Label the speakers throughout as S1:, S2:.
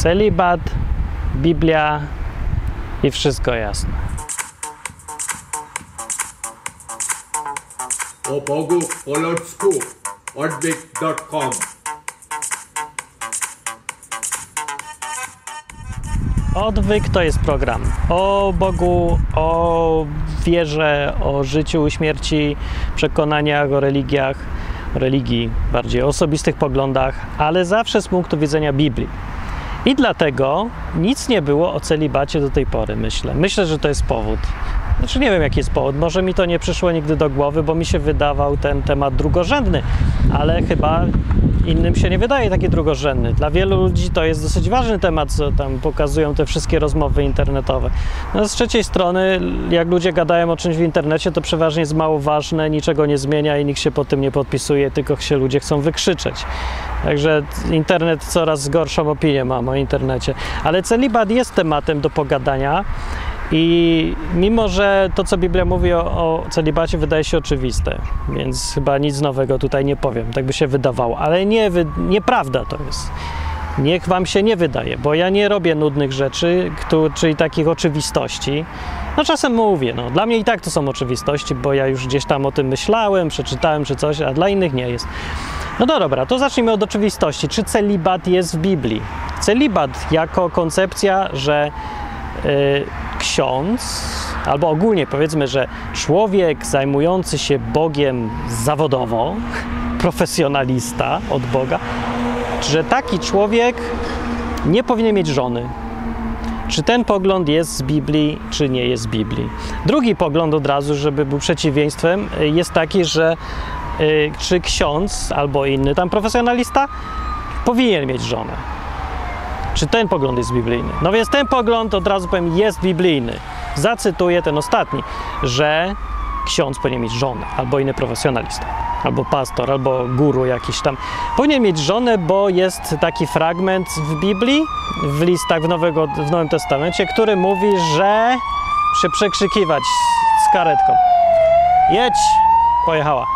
S1: Celibat, Biblia i wszystko jasne.
S2: O Bogu po ludzku, odwyk.com.
S1: Odwyk to jest program o Bogu, o wierze, o życiu, śmierci, przekonaniach, o religiach, religii, bardziej o osobistych poglądach, ale zawsze z punktu widzenia Biblii. I dlatego nic nie było o celibacie do tej pory, myślę. Myślę, że to jest powód. Znaczy nie wiem, jaki jest powód. Może mi to nie przyszło nigdy do głowy, bo mi się wydawał ten temat drugorzędny, ale chyba innym się nie wydaje taki drugorzędny. Dla wielu ludzi to jest dosyć ważny temat, co tam pokazują te wszystkie rozmowy internetowe. No, z trzeciej strony, jak ludzie gadają o czymś w internecie, to przeważnie jest mało ważne, niczego nie zmienia i nikt się pod tym nie podpisuje, tylko się ludzie chcą wykrzyczeć. Także internet coraz gorszą opinię mam o internecie. Ale celibat jest tematem do pogadania i mimo, że to, co Biblia mówi o celibacie, wydaje się oczywiste, więc chyba nic nowego tutaj nie powiem, tak by się wydawało, ale nieprawda to jest. Niech wam się nie wydaje, bo ja nie robię nudnych rzeczy, czyli takich oczywistości. No czasem mówię, no dla mnie i tak to są oczywistości, bo ja już gdzieś tam o tym myślałem, przeczytałem czy coś, a dla innych nie jest. No dobra, to zacznijmy od oczywistości. Czy celibat jest w Biblii? Celibat jako koncepcja, że ksiądz, albo ogólnie powiedzmy, że człowiek zajmujący się Bogiem zawodowo, profesjonalista od Boga, że taki człowiek nie powinien mieć żony. Czy ten pogląd jest z Biblii, czy nie jest z Biblii? Drugi pogląd od razu, żeby był przeciwieństwem, jest taki, że czy ksiądz albo inny tam profesjonalista powinien mieć żonę. Czy ten pogląd jest biblijny? No więc ten pogląd, od razu powiem, jest biblijny. Zacytuję ten ostatni, że ksiądz powinien mieć żonę, albo inny profesjonalista, albo pastor, albo guru jakiś tam. Powinien mieć żonę, bo jest taki fragment w Biblii, w listach w Nowym Testamencie, który mówi, że się przekrzykiwać z karetką. Jedź! Pojechała.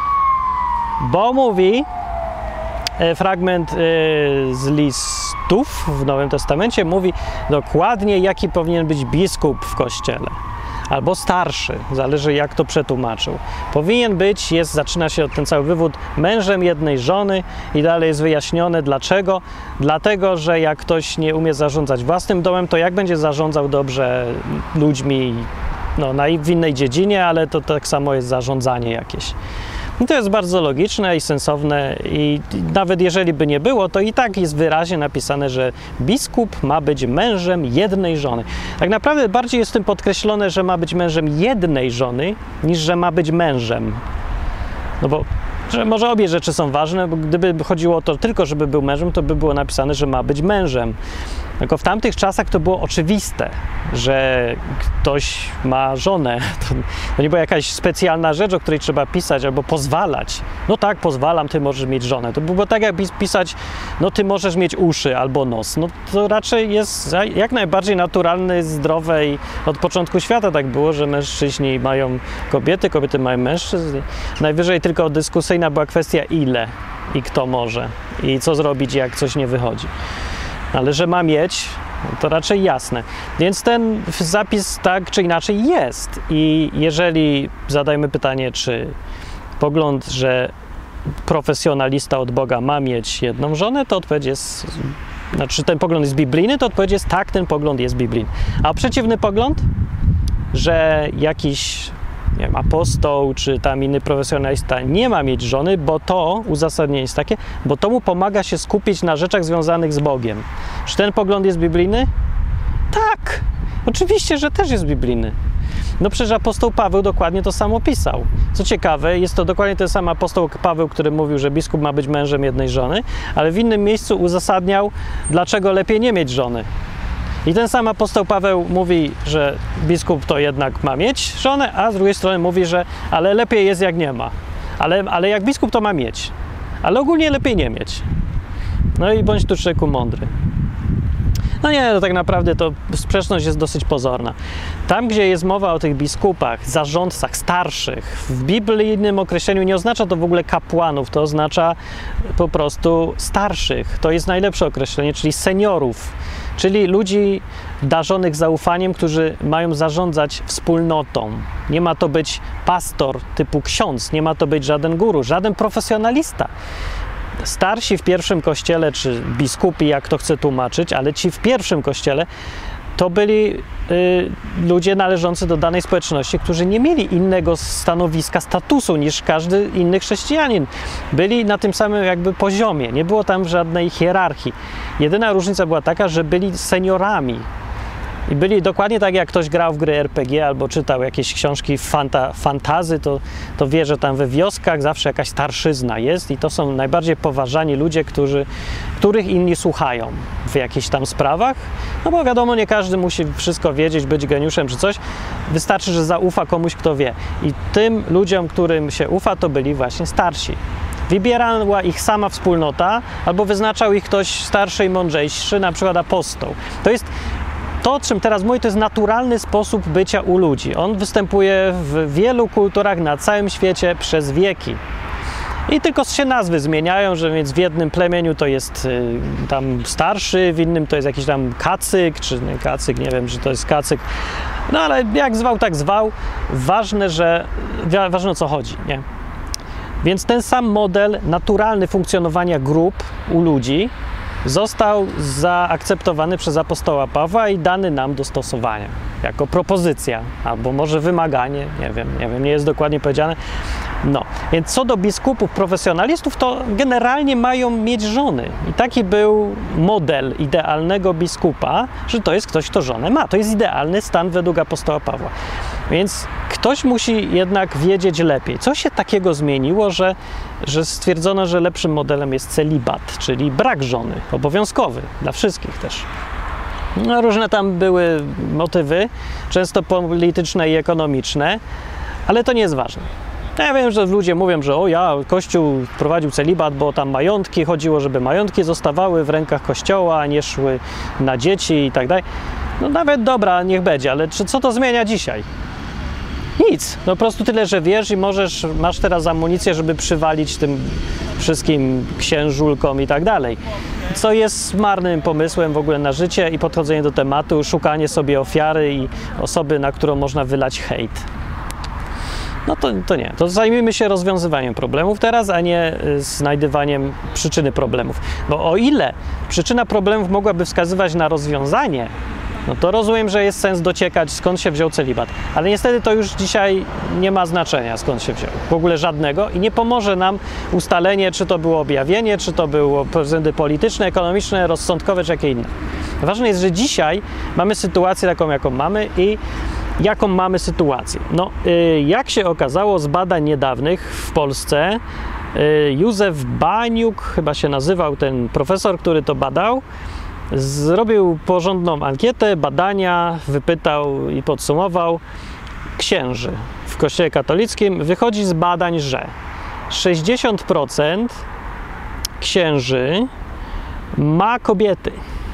S1: Bo mówi, fragment z listów w Nowym Testamencie mówi dokładnie, jaki powinien być biskup w Kościele. Albo starszy, zależy jak to przetłumaczył. Powinien być, zaczyna się ten cały wywód, mężem jednej żony i dalej jest wyjaśnione dlaczego. Dlatego, że jak ktoś nie umie zarządzać własnym domem, to jak będzie zarządzał dobrze ludźmi w innej dziedzinie, ale to tak samo jest zarządzanie jakieś. I to jest bardzo logiczne i sensowne i nawet jeżeli by nie było, to i tak jest wyraźnie napisane, że biskup ma być mężem jednej żony. Tak naprawdę bardziej jest w tym podkreślone, że ma być mężem jednej żony, niż że ma być mężem. No bo że może obie rzeczy są ważne, bo gdyby chodziło o to tylko, żeby był mężem, to by było napisane, że ma być mężem. Tylko w tamtych czasach to było oczywiste, że ktoś ma żonę. To nie była jakaś specjalna rzecz, o której trzeba pisać albo pozwalać. No tak, pozwalam, ty możesz mieć żonę. To było tak, jak pisać, no ty możesz mieć uszy albo nos. No to raczej jest jak najbardziej naturalne, zdrowe i od początku świata tak było, że mężczyźni mają kobiety, kobiety mają mężczyzn. Najwyżej tylko dyskusyjna była kwestia ile i kto może i co zrobić, jak coś nie wychodzi. Ale że ma mieć, to raczej jasne. Więc ten zapis tak czy inaczej jest. I jeżeli zadajmy pytanie, czy pogląd, że profesjonalista od Boga ma mieć jedną żonę, to odpowiedź jest, znaczy ten pogląd jest biblijny, to odpowiedź jest tak, ten pogląd jest biblijny. A przeciwny pogląd, że jakiś apostoł czy tam inny profesjonalista nie ma mieć żony, bo to uzasadnienie jest takie, bo to mu pomaga się skupić na rzeczach związanych z Bogiem. Czy ten pogląd jest biblijny? Tak! Oczywiście, że też jest biblijny. No przecież apostoł Paweł dokładnie to samo pisał. Co ciekawe, jest to dokładnie ten sam apostoł Paweł, który mówił, że biskup ma być mężem jednej żony, ale w innym miejscu uzasadniał, dlaczego lepiej nie mieć żony. I ten sam apostoł Paweł mówi, że biskup to jednak ma mieć żonę, a z drugiej strony mówi, że ale lepiej jest jak nie ma. Ale jak biskup to ma mieć. Ale ogólnie lepiej nie mieć. No i bądź tu człowieku mądry. No nie, tak naprawdę to sprzeczność jest dosyć pozorna. Tam, gdzie jest mowa o tych biskupach, zarządcach starszych, w biblijnym określeniu nie oznacza to w ogóle kapłanów, to oznacza po prostu starszych. To jest najlepsze określenie, czyli seniorów. czyli ludzi darzonych zaufaniem, którzy mają zarządzać wspólnotą. Nie ma to być pastor typu ksiądz, nie ma to być żaden guru, żaden profesjonalista. Starsi w pierwszym kościele, czy biskupi, jak to chce tłumaczyć, ale ci w pierwszym kościele to byli ludzie należący do danej społeczności, którzy nie mieli innego stanowiska, statusu niż każdy inny chrześcijanin. Byli na tym samym jakby poziomie, nie było tam żadnej hierarchii. Jedyna różnica była taka, że byli seniorami. I byli dokładnie tak, jak ktoś grał w gry RPG albo czytał jakieś książki fantasy, to wie, że tam we wioskach zawsze jakaś starszyzna jest i to są najbardziej poważani ludzie, których inni słuchają w jakichś tam sprawach. No bo wiadomo, nie każdy musi wszystko wiedzieć, być geniuszem czy coś. Wystarczy, że zaufa komuś, kto wie. I tym ludziom, którym się ufa, to byli właśnie starsi. Wybierała ich sama wspólnota albo wyznaczał ich ktoś starszy i mądrzejszy, na przykład apostoł. To, o czym teraz mówię, to jest naturalny sposób bycia u ludzi. On występuje w wielu kulturach na całym świecie przez wieki. I tylko się nazwy zmieniają, że więc w jednym plemieniu to jest tam starszy, w innym to jest jakiś tam kacyk, czy nie kacyk, nie wiem, że to jest kacyk. No ale jak zwał, tak zwał. Ważne o co chodzi, nie? Więc ten sam model naturalny funkcjonowania grup u ludzi został zaakceptowany przez apostoła Pawła i dany nam do stosowania jako propozycja, albo może wymaganie, nie wiem, nie jest dokładnie powiedziane. No, więc co do biskupów, profesjonalistów, to generalnie mają mieć żony. I taki był model idealnego biskupa, że to jest ktoś, kto żonę ma. To jest idealny stan według apostoła Pawła. Więc ktoś musi jednak wiedzieć lepiej. Co się takiego zmieniło, że stwierdzono, że lepszym modelem jest celibat, czyli brak żony, obowiązkowy dla wszystkich też. No, różne tam były motywy, często polityczne i ekonomiczne, ale to nie jest ważne. Ja wiem, że ludzie mówią, że Kościół wprowadził celibat, bo tam majątki, chodziło, żeby majątki zostawały w rękach Kościoła, a nie szły na dzieci i tak dalej. No nawet dobra, niech będzie, ale co to zmienia dzisiaj? Nic. No po prostu tyle, że wiesz i masz teraz amunicję, żeby przywalić tym wszystkim księżulkom i tak dalej. Co jest marnym pomysłem w ogóle na życie i podchodzenie do tematu, szukanie sobie ofiary i osoby, na którą można wylać hejt. No to nie. To zajmijmy się rozwiązywaniem problemów teraz, a nie znajdywaniem przyczyny problemów. Bo o ile przyczyna problemów mogłaby wskazywać na rozwiązanie, no to rozumiem, że jest sens dociekać, skąd się wziął celibat. Ale niestety to już dzisiaj nie ma znaczenia, skąd się wziął. W ogóle żadnego i nie pomoże nam ustalenie, czy to było objawienie, czy to było względy polityczne, ekonomiczne, rozsądkowe, czy jakie inne. Ważne jest, że dzisiaj mamy sytuację taką, jaką mamy i jaką mamy sytuację. No, jak się okazało z badań niedawnych w Polsce, Józef Baniuk, chyba się nazywał ten profesor, który to badał, zrobił porządną ankietę, badania, wypytał i podsumował księży w Kościele katolickim. Wychodzi z badań, że 60% księży ma kobiety.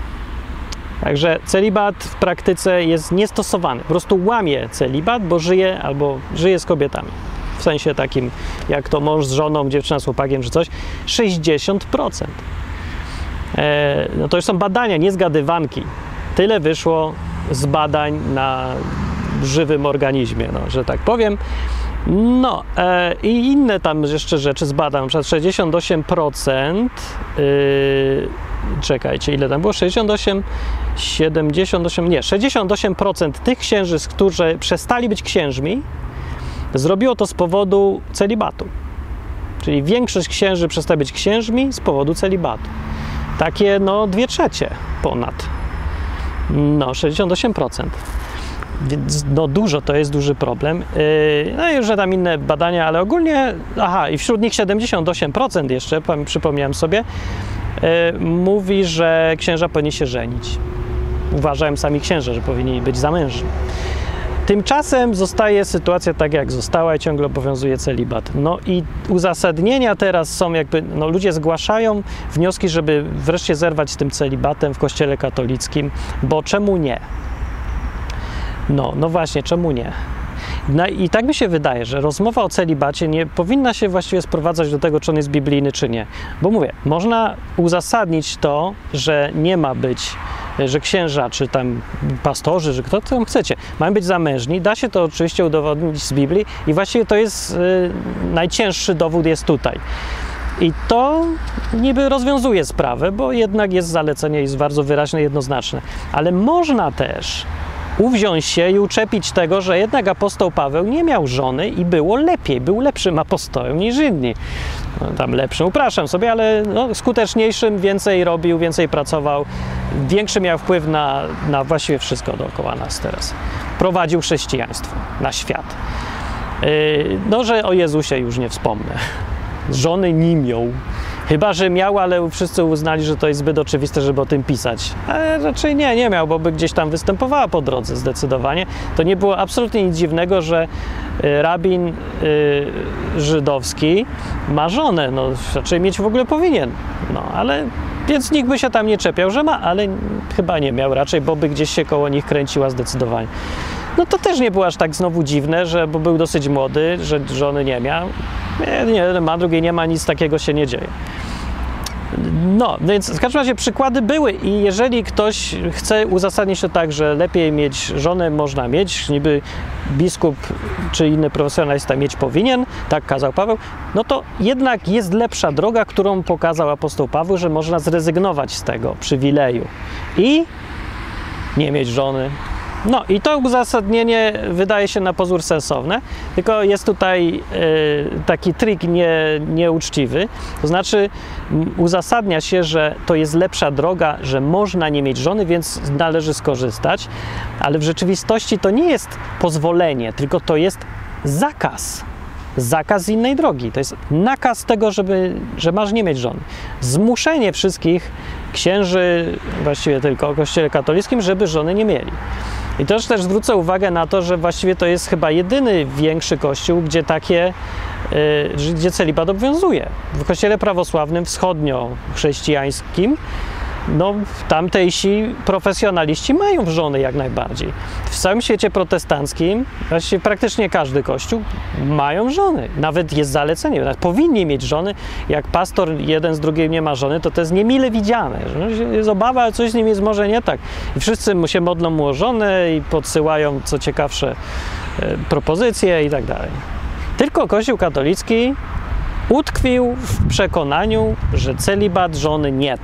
S1: Także celibat w praktyce jest niestosowany. Po prostu łamie celibat, bo żyje z kobietami. W sensie takim, jak to mąż z żoną, dziewczyna z chłopakiem, czy coś. 60%. No to już są badania, nie zgadywanki. Tyle wyszło z badań na żywym organizmie, no, że tak powiem. No i inne tam jeszcze rzeczy zbadam. Na przykład 68%, czekajcie, ile tam było? 68% tych księży, którzy przestali być księżmi, zrobiło to z powodu celibatu. Czyli większość księży przestaje być księżmi z powodu celibatu. Takie, 2/3 ponad. 68%. Więc dużo, to jest duży problem. No i już tam inne badania, ale ogólnie, i wśród nich 78% jeszcze, przypomniałem sobie, mówi, że księża powinni się żenić. Uważają sami księża, że powinni być zamężni. Tymczasem zostaje sytuacja tak, jak została i ciągle obowiązuje celibat. No i uzasadnienia teraz są ludzie zgłaszają wnioski, żeby wreszcie zerwać z tym celibatem w Kościele katolickim, bo czemu nie? No właśnie, czemu nie? No i tak mi się wydaje, że rozmowa o celibacie nie powinna się właściwie sprowadzać do tego, czy on jest biblijny, czy nie. Bo mówię, można uzasadnić to, że nie ma być, że księża, czy tam pastorzy, że kto tam chcecie, mają być zamężni. Da się to oczywiście udowodnić z Biblii i właściwie to jest najcięższy dowód jest tutaj. I to niby rozwiązuje sprawę, bo jednak jest zalecenie, jest bardzo wyraźne, jednoznaczne. Ale można też uwziąć się i uczepić tego, że jednak apostoł Paweł nie miał żony i było lepiej, był lepszym apostołem niż inni. No, tam lepszym, upraszczam sobie, ale no, skuteczniejszym, więcej robił, więcej pracował, większy miał wpływ na właściwie wszystko dookoła nas teraz. Prowadził chrześcijaństwo na świat. No, że o Jezusie już nie wspomnę. Żony nie miał. Chyba że miał, ale wszyscy uznali, że to jest zbyt oczywiste, żeby o tym pisać. Ale raczej nie miał, bo by gdzieś tam występowała po drodze zdecydowanie. To nie było absolutnie nic dziwnego, że rabin żydowski ma żonę. No, raczej mieć w ogóle powinien. No, ale więc nikt by się tam nie czepiał, że ma, ale chyba nie miał raczej, bo by gdzieś się koło nich kręciła zdecydowanie. No to też nie było aż tak znowu dziwne, bo był dosyć młody, że żony nie miał. Nie ma, drugiej nie ma, nic takiego się nie dzieje. No, więc w każdym razie przykłady były i jeżeli ktoś chce uzasadnić to tak, że lepiej mieć żonę można mieć, niby biskup czy inny profesjonalista mieć powinien, tak kazał Paweł, no to jednak jest lepsza droga, którą pokazał apostoł Paweł, że można zrezygnować z tego przywileju i nie mieć żony. No i to uzasadnienie wydaje się na pozór sensowne, tylko jest tutaj taki trik nieuczciwy, to znaczy uzasadnia się, że to jest lepsza droga, że można nie mieć żony, więc należy skorzystać, ale w rzeczywistości to nie jest pozwolenie, tylko to jest zakaz. Zakaz innej drogi. To jest nakaz tego, że masz nie mieć żony. Zmuszenie wszystkich księży, właściwie tylko w Kościele katolickim, żeby żony nie mieli. I też zwrócę uwagę na to, że właściwie to jest chyba jedyny większy kościół, gdzie celibat obowiązuje. W Kościele prawosławnym wschodnio-chrześcijańskim no, tamtejsi profesjonaliści mają żony jak najbardziej. W całym świecie protestanckim, właściwie praktycznie każdy kościół mają żony. Nawet jest zalecenie, nawet powinni mieć żony. Jak pastor jeden z drugim nie ma żony, to jest niemile widziane. Jest obawa, ale coś z nim jest może nie tak. I wszyscy mu się modlą mu o żonę i podsyłają co ciekawsze propozycje i tak dalej. Tylko Kościół katolicki utkwił w przekonaniu, że celibat żony niet.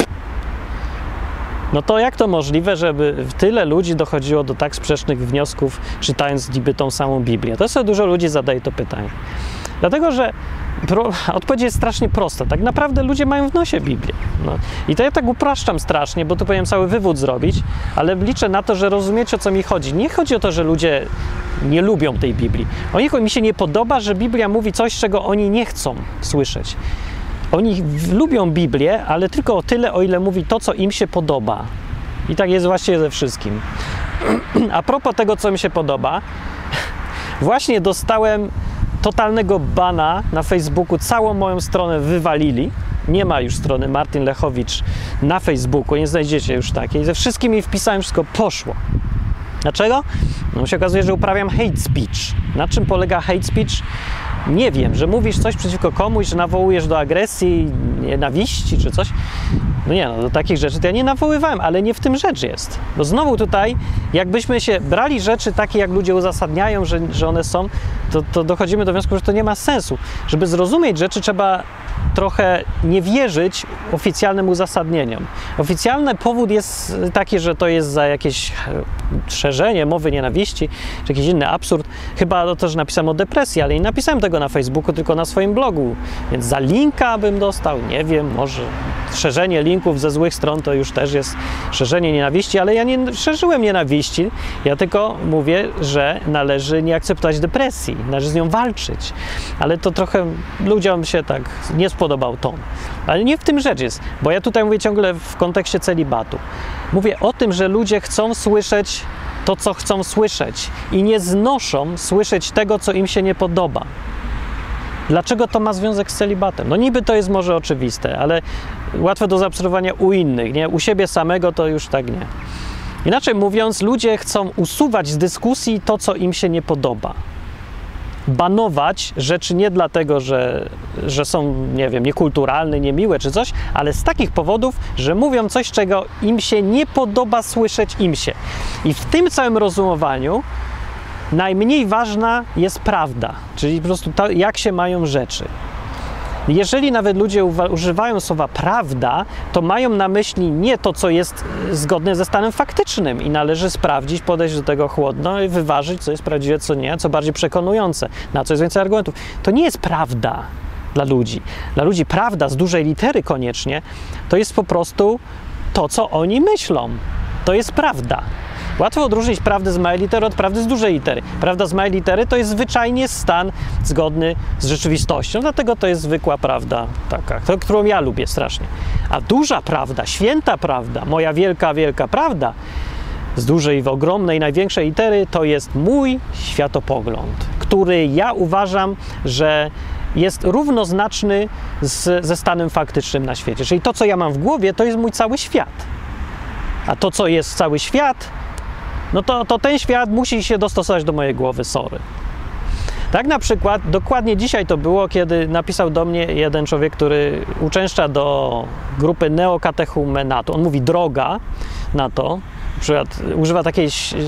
S1: No to jak to możliwe, żeby tyle ludzi dochodziło do tak sprzecznych wniosków, czytając niby tą samą Biblię? To sobie dużo ludzi zadaje to pytanie. Dlatego, że odpowiedź jest strasznie prosta. Tak naprawdę ludzie mają w nosie Biblię. No. I to ja tak upraszczam strasznie, bo tu powinienem cały wywód zrobić, ale liczę na to, że rozumiecie, o co mi chodzi. Nie chodzi o to, że ludzie nie lubią tej Biblii. Mi się nie podoba, że Biblia mówi coś, czego oni nie chcą słyszeć. Oni lubią Biblię, ale tylko o tyle, o ile mówi to, co im się podoba. I tak jest właściwie ze wszystkim. A propos tego, co mi się podoba, właśnie dostałem totalnego bana na Facebooku. Całą moją stronę wywalili. Nie ma już strony Martin Lechowicz na Facebooku, nie znajdziecie już takiej. Ze wszystkimi wpisałem, wszystko poszło. Dlaczego? No się okazuje, że uprawiam hate speech. Na czym polega hate speech? Nie wiem, że mówisz coś przeciwko komuś, że nawołujesz do agresji, nienawiści czy coś. No nie, do takich rzeczy to ja nie nawoływałem, ale nie w tym rzecz jest. Bo znowu tutaj, jakbyśmy się brali rzeczy takie, jak ludzie uzasadniają, że one są, to dochodzimy do wniosku, że to nie ma sensu. Żeby zrozumieć rzeczy, trzeba trochę nie wierzyć oficjalnym uzasadnieniom. Oficjalny powód jest taki, że to jest za jakieś szerzenie mowy nienawiści, czy jakiś inny absurd. Chyba to, że napisałem o depresji, ale nie napisałem tego na Facebooku, tylko na swoim blogu. Więc za linka bym dostał, nie wiem, może szerzenie linków ze złych stron to już też jest szerzenie nienawiści, ale ja nie szerzyłem nienawiści. Ja tylko mówię, że należy nie akceptować depresji, należy z nią walczyć. Ale to trochę ludziom się tak nie spodobał ton. Ale nie w tym rzecz jest, bo ja tutaj mówię ciągle w kontekście celibatu. Mówię o tym, że ludzie chcą słyszeć to, co chcą słyszeć i nie znoszą słyszeć tego, co im się nie podoba. Dlaczego to ma związek z celibatem? No niby to jest może oczywiste, ale łatwe do zaobserwowania u innych, nie? U siebie samego to już tak nie. Inaczej mówiąc, ludzie chcą usuwać z dyskusji to, co im się nie podoba. banować rzeczy nie dlatego, że są, nie wiem, niekulturalne, niemiłe czy coś, ale z takich powodów, że mówią coś, czego im się nie podoba słyszeć im się. I w tym całym rozumowaniu najmniej ważna jest prawda, czyli po prostu to, jak się mają rzeczy. Jeżeli nawet ludzie używają słowa prawda, to mają na myśli nie to, co jest zgodne ze stanem faktycznym i należy sprawdzić, podejść do tego chłodno i wyważyć, co jest prawdziwe, co nie, co bardziej przekonujące, na co jest więcej argumentów. To nie jest prawda dla ludzi. Dla ludzi prawda z dużej litery koniecznie to jest po prostu to, co oni myślą. To jest prawda. Łatwo odróżnić prawdę z małej litery od prawdy z dużej litery. Prawda z małej litery to jest zwyczajnie stan zgodny z rzeczywistością, dlatego to jest zwykła prawda, taka, którą ja lubię strasznie. A duża prawda, święta prawda, moja wielka, wielka prawda z dużej, ogromnej, największej litery to jest mój światopogląd, który ja uważam, że jest równoznaczny ze stanem faktycznym na świecie. Czyli to, co ja mam w głowie, to jest mój cały świat. A to, co jest cały świat, no to ten świat musi się dostosować do mojej głowy, sorry. Tak na przykład, dokładnie dzisiaj to było, kiedy napisał do mnie jeden człowiek, który uczęszcza do grupy neokatechumenatu. On mówi droga na to, na przykład używa takiej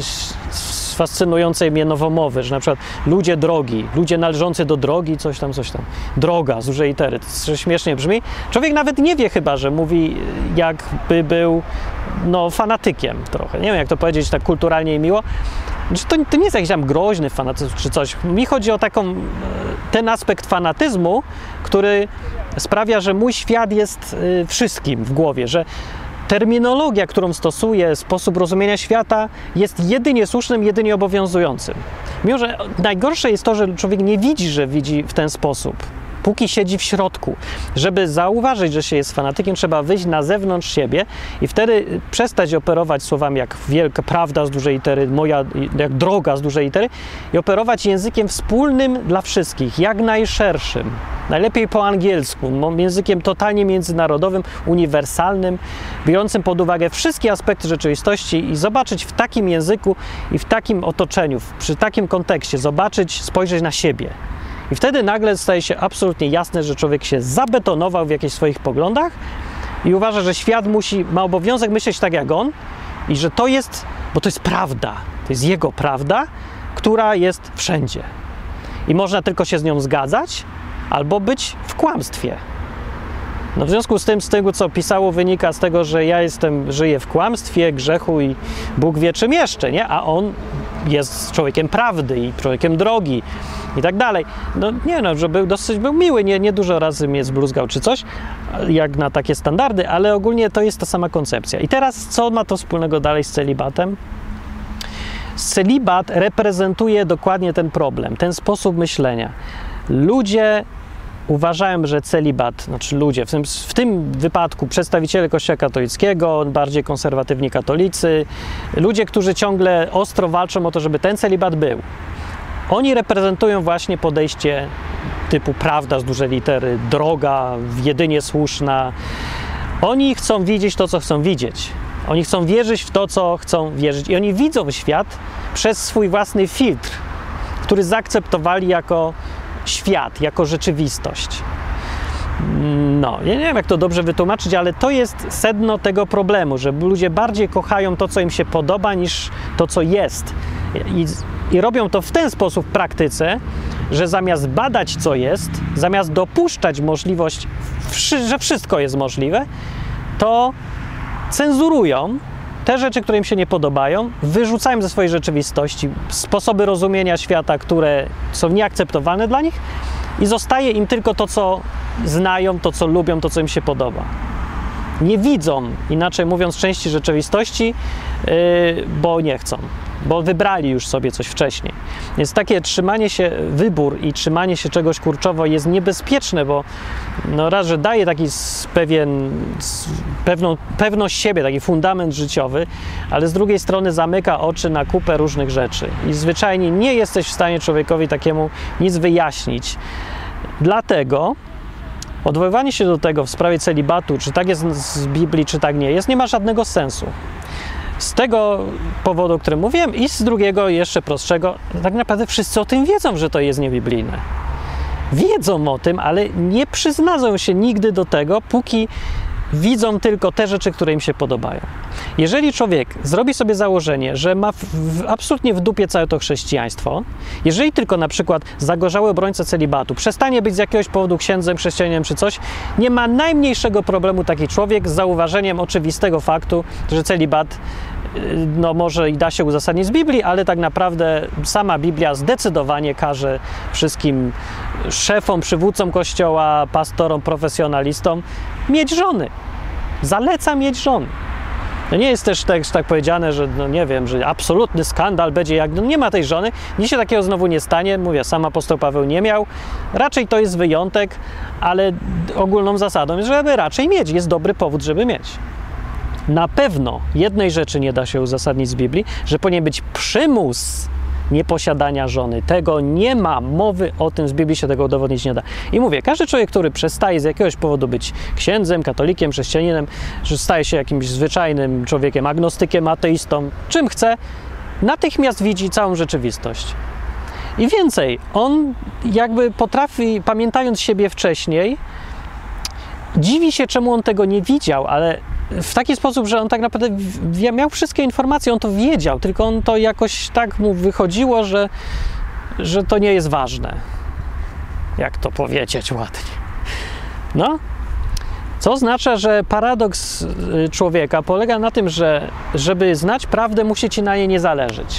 S1: fascynującej mnie nowomowy, że na przykład ludzie drogi, ludzie należący do drogi, coś tam. Droga z dużej litery, to śmiesznie brzmi. Człowiek nawet nie wie chyba, że mówi jakby był fanatykiem trochę. Nie wiem, jak to powiedzieć tak kulturalnie i miło. To nie jest jakiś tam groźny fanatyzm czy coś. Mi chodzi o ten aspekt fanatyzmu, który sprawia, że mój świat jest wszystkim w głowie, że terminologia, którą stosuję, sposób rozumienia świata jest jedynie słusznym, jedynie obowiązującym. Mimo że najgorsze jest to, że człowiek nie widzi, że widzi w ten sposób. Póki siedzi w środku. Żeby zauważyć, że się jest fanatykiem, trzeba wyjść na zewnątrz siebie i wtedy przestać operować słowami jak wielka prawda z dużej litery, jak droga z dużej litery i operować językiem wspólnym dla wszystkich, jak najszerszym. Najlepiej po angielsku, językiem totalnie międzynarodowym, uniwersalnym, biorącym pod uwagę wszystkie aspekty rzeczywistości i zobaczyć w takim języku i w takim otoczeniu, przy takim kontekście, spojrzeć na siebie. I wtedy nagle staje się absolutnie jasne, że człowiek się zabetonował w jakichś swoich poglądach i uważa, że świat ma obowiązek myśleć tak jak on i że to jest, bo to jest prawda, to jest jego prawda, która jest wszędzie. I można tylko się z nią zgadzać albo być w kłamstwie. W związku z tym, z tego, co pisało, wynika z tego, że ja żyję w kłamstwie, grzechu i Bóg wie czym jeszcze, nie? A on jest człowiekiem prawdy i człowiekiem drogi i tak dalej. Że był miły, nie dużo razy mnie zbluzgał czy coś, jak na takie standardy, ale ogólnie to jest ta sama koncepcja. I teraz, co ma to wspólnego dalej z celibatem? Celibat reprezentuje dokładnie ten problem, ten sposób myślenia. Ludzie uważałem, że celibat, ludzie, w tym wypadku przedstawiciele Kościoła katolickiego, bardziej konserwatywni katolicy, ludzie, którzy ciągle ostro walczą o to, żeby ten celibat był. Oni reprezentują właśnie podejście typu prawda z dużej litery, droga, jedynie słuszna. Oni chcą widzieć to, co chcą widzieć. Oni chcą wierzyć w to, co chcą wierzyć. I oni widzą świat przez swój własny filtr, który zaakceptowali jako świat, jako rzeczywistość. Ja nie wiem, jak to dobrze wytłumaczyć, ale to jest sedno tego problemu, że ludzie bardziej kochają to, co im się podoba, niż to, co jest. I robią to w ten sposób w praktyce, że zamiast badać, co jest, zamiast dopuszczać możliwość, że wszystko jest możliwe, to cenzurują te rzeczy, które im się nie podobają, wyrzucają ze swojej rzeczywistości sposoby rozumienia świata, które są nieakceptowalne dla nich i zostaje im tylko to, co znają, to, co lubią, to, co im się podoba. Nie widzą, inaczej mówiąc, części rzeczywistości, bo nie chcą, bo wybrali już sobie coś wcześniej. Więc takie wybór i trzymanie się czegoś kurczowo jest niebezpieczne, bo raz, że daje taki pewność siebie, taki fundament życiowy, ale z drugiej strony zamyka oczy na kupę różnych rzeczy i zwyczajnie nie jesteś w stanie człowiekowi takiemu nic wyjaśnić. Dlatego odwoływanie się do tego w sprawie celibatu, czy tak jest z Biblii, czy tak nie jest, nie ma żadnego sensu. Z tego powodu, o którym mówiłem, i z drugiego, jeszcze prostszego, tak naprawdę wszyscy o tym wiedzą, że to jest niebiblijne. Wiedzą o tym, ale nie przyznają się nigdy do tego, póki widzą tylko te rzeczy, które im się podobają. Jeżeli człowiek zrobi sobie założenie, że ma absolutnie w dupie całe to chrześcijaństwo, jeżeli tylko na przykład zagorzały obrońca celibatu przestanie być z jakiegoś powodu księdzem, chrześcijaninem czy coś, nie ma najmniejszego problemu taki człowiek z zauważeniem oczywistego faktu, że celibat no może i da się uzasadnić z Biblii, ale tak naprawdę sama Biblia zdecydowanie każe wszystkim szefom, przywódcom kościoła, pastorom, profesjonalistom mieć żony. Zaleca mieć żony. No nie jest też tak powiedziane, że no nie wiem, że absolutny skandal będzie jak... No nie ma tej żony, nic się takiego znowu nie stanie. Mówię, sam apostoł Paweł nie miał. Raczej to jest wyjątek, ale ogólną zasadą jest, żeby raczej mieć. Jest dobry powód, żeby mieć. Na pewno jednej rzeczy nie da się uzasadnić z Biblii, że powinien być przymus nieposiadania żony. Tego nie ma, mowy o tym z Biblii się tego udowodnić nie da. I mówię, każdy człowiek, który przestaje z jakiegoś powodu być księdzem, katolikiem, chrześcijaninem, że staje się jakimś zwyczajnym człowiekiem, agnostykiem, ateistą, czym chce, natychmiast widzi całą rzeczywistość. I więcej, on jakby potrafi, pamiętając siebie wcześniej, dziwi się, czemu on tego nie widział, ale w taki sposób, że on tak naprawdę miał wszystkie informacje, on to wiedział, tylko on to jakoś tak mu wychodziło, że to nie jest ważne. Jak to powiedzieć ładnie. No, co oznacza, że paradoks człowieka polega na tym, że żeby znać prawdę, musi ci na niej nie zależeć.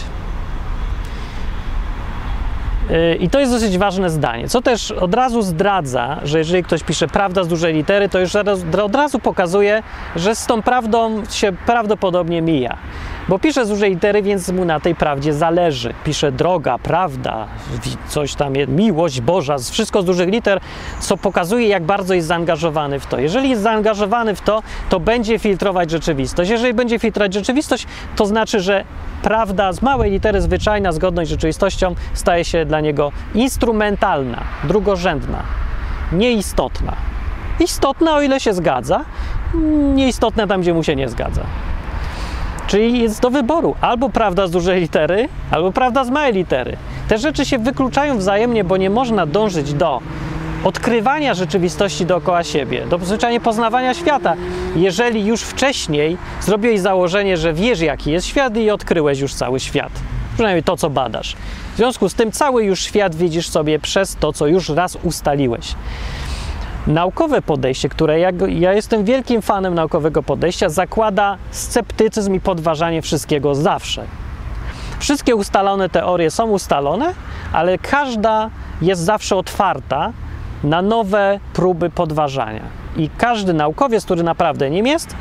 S1: I to jest dosyć ważne zdanie, co też od razu zdradza, że jeżeli ktoś pisze prawda z dużej litery, to już od razu pokazuje, że z tą prawdą się prawdopodobnie mija. Bo pisze z dużej litery, więc mu na tej prawdzie zależy. Pisze droga, prawda, coś tam, miłość Boża, wszystko z dużych liter, co pokazuje, jak bardzo jest zaangażowany w to. Jeżeli jest zaangażowany w to, to będzie filtrować rzeczywistość. Jeżeli będzie filtrować rzeczywistość, to znaczy, że prawda z małej litery, zwyczajna zgodność z rzeczywistością staje się dla niego instrumentalna, drugorzędna, nieistotna. Istotna, o ile się zgadza, nieistotna tam, gdzie mu się nie zgadza. Czyli jest do wyboru albo prawda z dużej litery, albo prawda z małej litery. Te rzeczy się wykluczają wzajemnie, bo nie można dążyć do odkrywania rzeczywistości dookoła siebie, do zwyczajnie poznawania świata, jeżeli już wcześniej zrobiłeś założenie, że wiesz, jaki jest świat i odkryłeś już cały świat. Przynajmniej to, co badasz. W związku z tym cały już świat widzisz sobie przez to, co już raz ustaliłeś. Naukowe podejście, które ja jestem wielkim fanem naukowego podejścia, zakłada sceptycyzm i podważanie wszystkiego zawsze. Wszystkie ustalone teorie są ustalone, ale każda jest zawsze otwarta na nowe próby podważania. I każdy naukowiec, który naprawdę nim jest,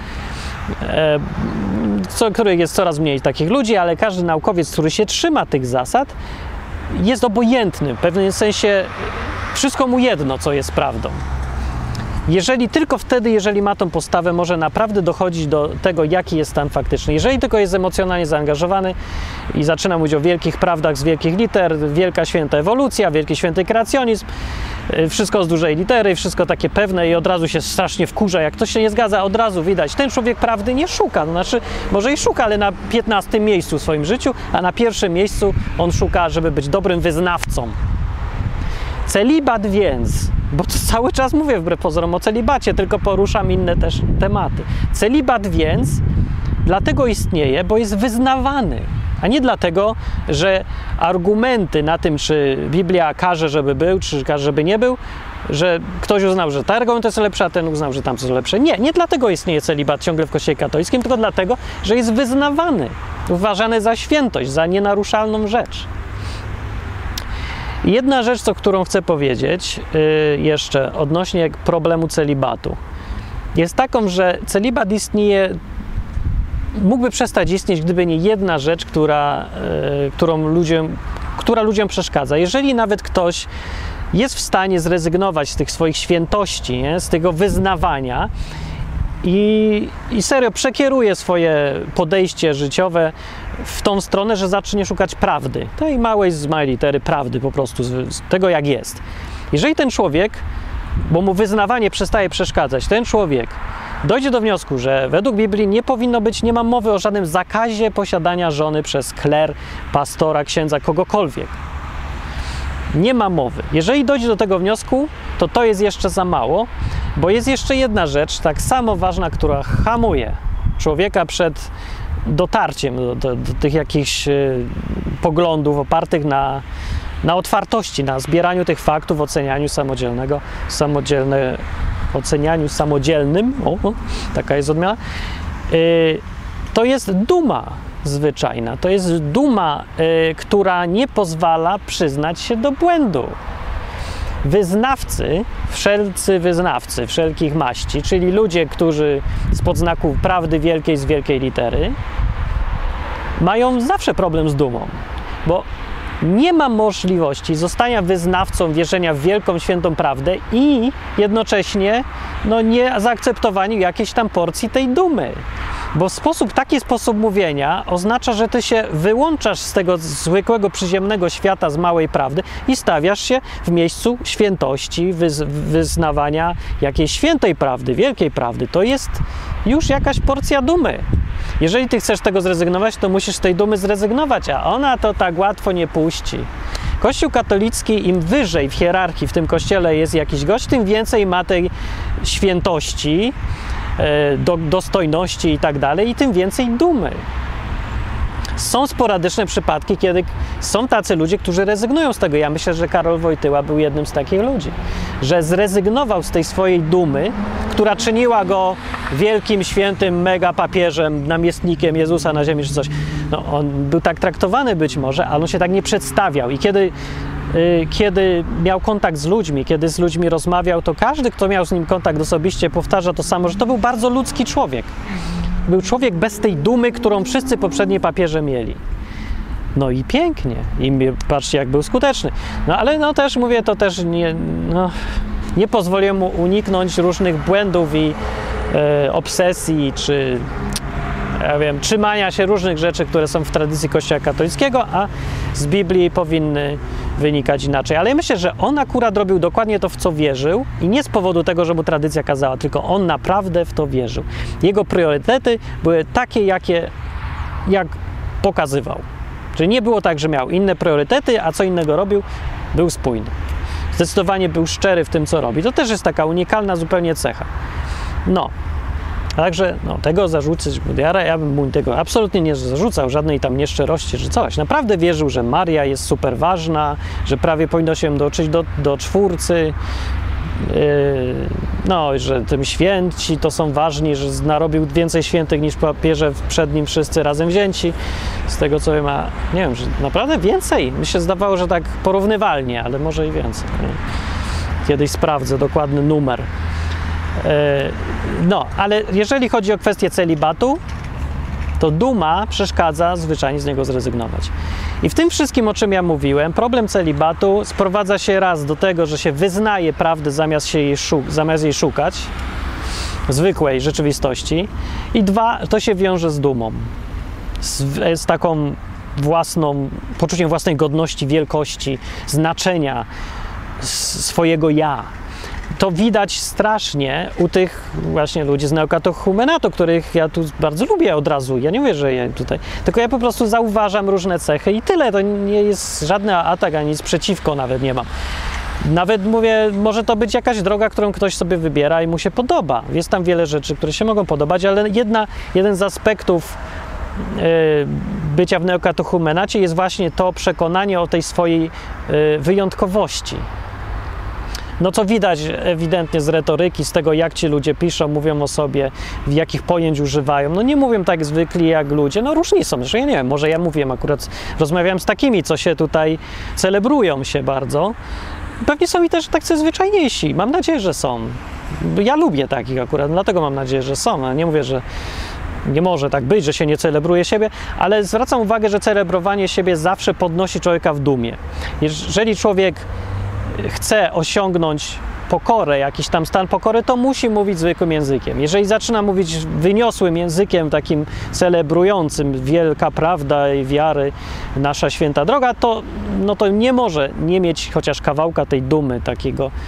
S1: których jest coraz mniej takich ludzi, ale każdy naukowiec, który się trzyma tych zasad, jest obojętny. W pewnym sensie wszystko mu jedno, co jest prawdą. Jeżeli tylko wtedy, jeżeli ma tą postawę, może naprawdę dochodzić do tego, jaki jest stan faktyczny. Jeżeli tylko jest emocjonalnie zaangażowany i zaczyna mówić o wielkich prawdach z wielkich liter, wielka święta ewolucja, wielki święty kreacjonizm, wszystko z dużej litery, wszystko takie pewne i od razu się strasznie wkurza, jak ktoś się nie zgadza, od razu widać, ten człowiek prawdy nie szuka, to znaczy może i szuka, ale na 15. miejscu w swoim życiu, a na pierwszym miejscu on szuka, żeby być dobrym wyznawcą. Celibat więc, bo to cały czas mówię wbrew pozorom o celibacie, tylko poruszam inne też tematy. Celibat więc dlatego istnieje, bo jest wyznawany, a nie dlatego, że argumenty na tym, czy Biblia każe, żeby był, czy każe, żeby nie był, że ktoś uznał, że ten argument jest lepszy, a ten uznał, że tamto jest lepsze. Nie dlatego istnieje celibat ciągle w Kościele katolickim, tylko dlatego, że jest wyznawany, uważany za świętość, za nienaruszalną rzecz. Jedna rzecz, którą chcę powiedzieć jeszcze odnośnie problemu celibatu, jest taką, że celibat istnieje, mógłby przestać istnieć, gdyby nie jedna rzecz, która ludziom przeszkadza. Jeżeli nawet ktoś jest w stanie zrezygnować z tych swoich świętości, nie? Z tego wyznawania i serio przekieruje swoje podejście życiowe w tą stronę, że zacznie szukać prawdy, tej małej z małej litery prawdy po prostu, z tego jak jest. Jeżeli ten człowiek, bo mu wyznawanie przestaje przeszkadzać, ten człowiek dojdzie do wniosku, że według Biblii nie ma mowy o żadnym zakazie posiadania żony przez kler, pastora, księdza, kogokolwiek. Nie ma mowy. Jeżeli dojdzie do tego wniosku, to jest jeszcze za mało, bo jest jeszcze jedna rzecz, tak samo ważna, która hamuje człowieka przed dotarciem do tych jakichś poglądów opartych na otwartości, na zbieraniu tych faktów, ocenianiu samodzielnym, taka jest odmiana, to jest duma zwyczajna. To jest duma, która nie pozwala przyznać się do błędu. Wszelcy wyznawcy wszelkich maści, czyli ludzie, którzy spod znaku prawdy wielkiej z wielkiej litery, mają zawsze problem z dumą, bo nie ma możliwości zostania wyznawcą wierzenia w wielką, świętą prawdę i jednocześnie nie zaakceptowaniu jakiejś tam porcji tej dumy. Bo taki sposób mówienia oznacza, że ty się wyłączasz z tego zwykłego, przyziemnego świata, z małej prawdy i stawiasz się w miejscu świętości, wyznawania jakiejś świętej prawdy, wielkiej prawdy. To jest już jakaś porcja dumy. Jeżeli ty chcesz tego zrezygnować, to musisz z tej dumy zrezygnować, a ona to tak łatwo nie puści. Kościół katolicki, im wyżej w hierarchii w tym kościele jest jakiś gość, tym więcej ma tej świętości, dostojności i tak dalej, i tym więcej dumy. Są sporadyczne przypadki, kiedy są tacy ludzie, którzy rezygnują z tego. Ja myślę, że Karol Wojtyła był jednym z takich ludzi, że zrezygnował z tej swojej dumy, która czyniła go wielkim, świętym, mega papieżem, namiestnikiem Jezusa na ziemi czy coś. On był tak traktowany być może, ale on się tak nie przedstawiał. I kiedy miał kontakt z ludźmi, kiedy z ludźmi rozmawiał, to każdy, kto miał z nim kontakt osobiście, powtarza to samo, że to był bardzo ludzki człowiek. Był człowiek bez tej dumy, którą wszyscy poprzedni papieże mieli. No i pięknie. I patrzcie, jak był skuteczny. Ale też mówię, to też nie pozwoliłem mu uniknąć różnych błędów i obsesji, czy trzymania się różnych rzeczy, które są w tradycji Kościoła katolickiego, a z Biblii powinny wynikać inaczej. Ale ja myślę, że on akurat robił dokładnie to, w co wierzył, i nie z powodu tego, że mu tradycja kazała, tylko on naprawdę w to wierzył. Jego priorytety były takie, jak pokazywał. Czyli nie było tak, że miał inne priorytety, a co innego robił, był spójny. Zdecydowanie był szczery w tym, co robi. To też jest taka unikalna zupełnie cecha. Także tego zarzucić, ja bym mu tego absolutnie nie zarzucał, żadnej tam nieszczerości czy coś. Naprawdę wierzył, że Maria jest super ważna, że prawie powinno się dołączyć do czwórcy, że tym święci to są ważni, że narobił więcej świętych niż papieże przed nim wszyscy razem wzięci. Z tego, co wiem, nie wiem, że naprawdę więcej. Mi się zdawało, że tak porównywalnie, ale może i więcej. Kiedyś sprawdzę dokładny numer. Ale jeżeli chodzi o kwestię celibatu, to duma przeszkadza zwyczajnie z niego zrezygnować. I w tym wszystkim, o czym ja mówiłem, problem celibatu sprowadza się raz do tego, że się wyznaje prawdę zamiast jej szukać, zwykłej rzeczywistości, i dwa, to się wiąże z dumą, z taką poczuciem własnej godności, wielkości, znaczenia swojego ja. To widać strasznie u tych właśnie ludzi z neokatechumenatu, których ja tu bardzo lubię od razu. Ja nie mówię, że ja tutaj... Tylko ja po prostu zauważam różne cechy i tyle. To nie jest żadny atak, ani nic przeciwko nawet nie mam. Nawet mówię, może to być jakaś droga, którą ktoś sobie wybiera i mu się podoba. Jest tam wiele rzeczy, które się mogą podobać, ale jeden z aspektów bycia w neokatechumenacie jest właśnie to przekonanie o tej swojej wyjątkowości. Co widać ewidentnie z retoryki, z tego, jak ci ludzie piszą, mówią o sobie, jakich pojęć używają. Nie mówią tak zwykli jak ludzie, różni są. Zresztą ja nie wiem, może ja mówiłem akurat, rozmawiałem z takimi, co się tutaj celebrują się bardzo. Pewnie są i też tacy zwyczajniejsi. Mam nadzieję, że są. Ja lubię takich akurat, dlatego mam nadzieję, że są. Nie mówię, że nie może tak być, że się nie celebruje siebie, ale zwracam uwagę, że celebrowanie siebie zawsze podnosi człowieka w dumie. Jeżeli człowiek chce osiągnąć pokorę, jakiś tam stan pokory, to musi mówić zwykłym językiem. Jeżeli zaczyna mówić wyniosłym językiem, takim celebrującym wielka prawda i wiary, nasza święta droga, to nie może nie mieć chociaż kawałka tej dumy,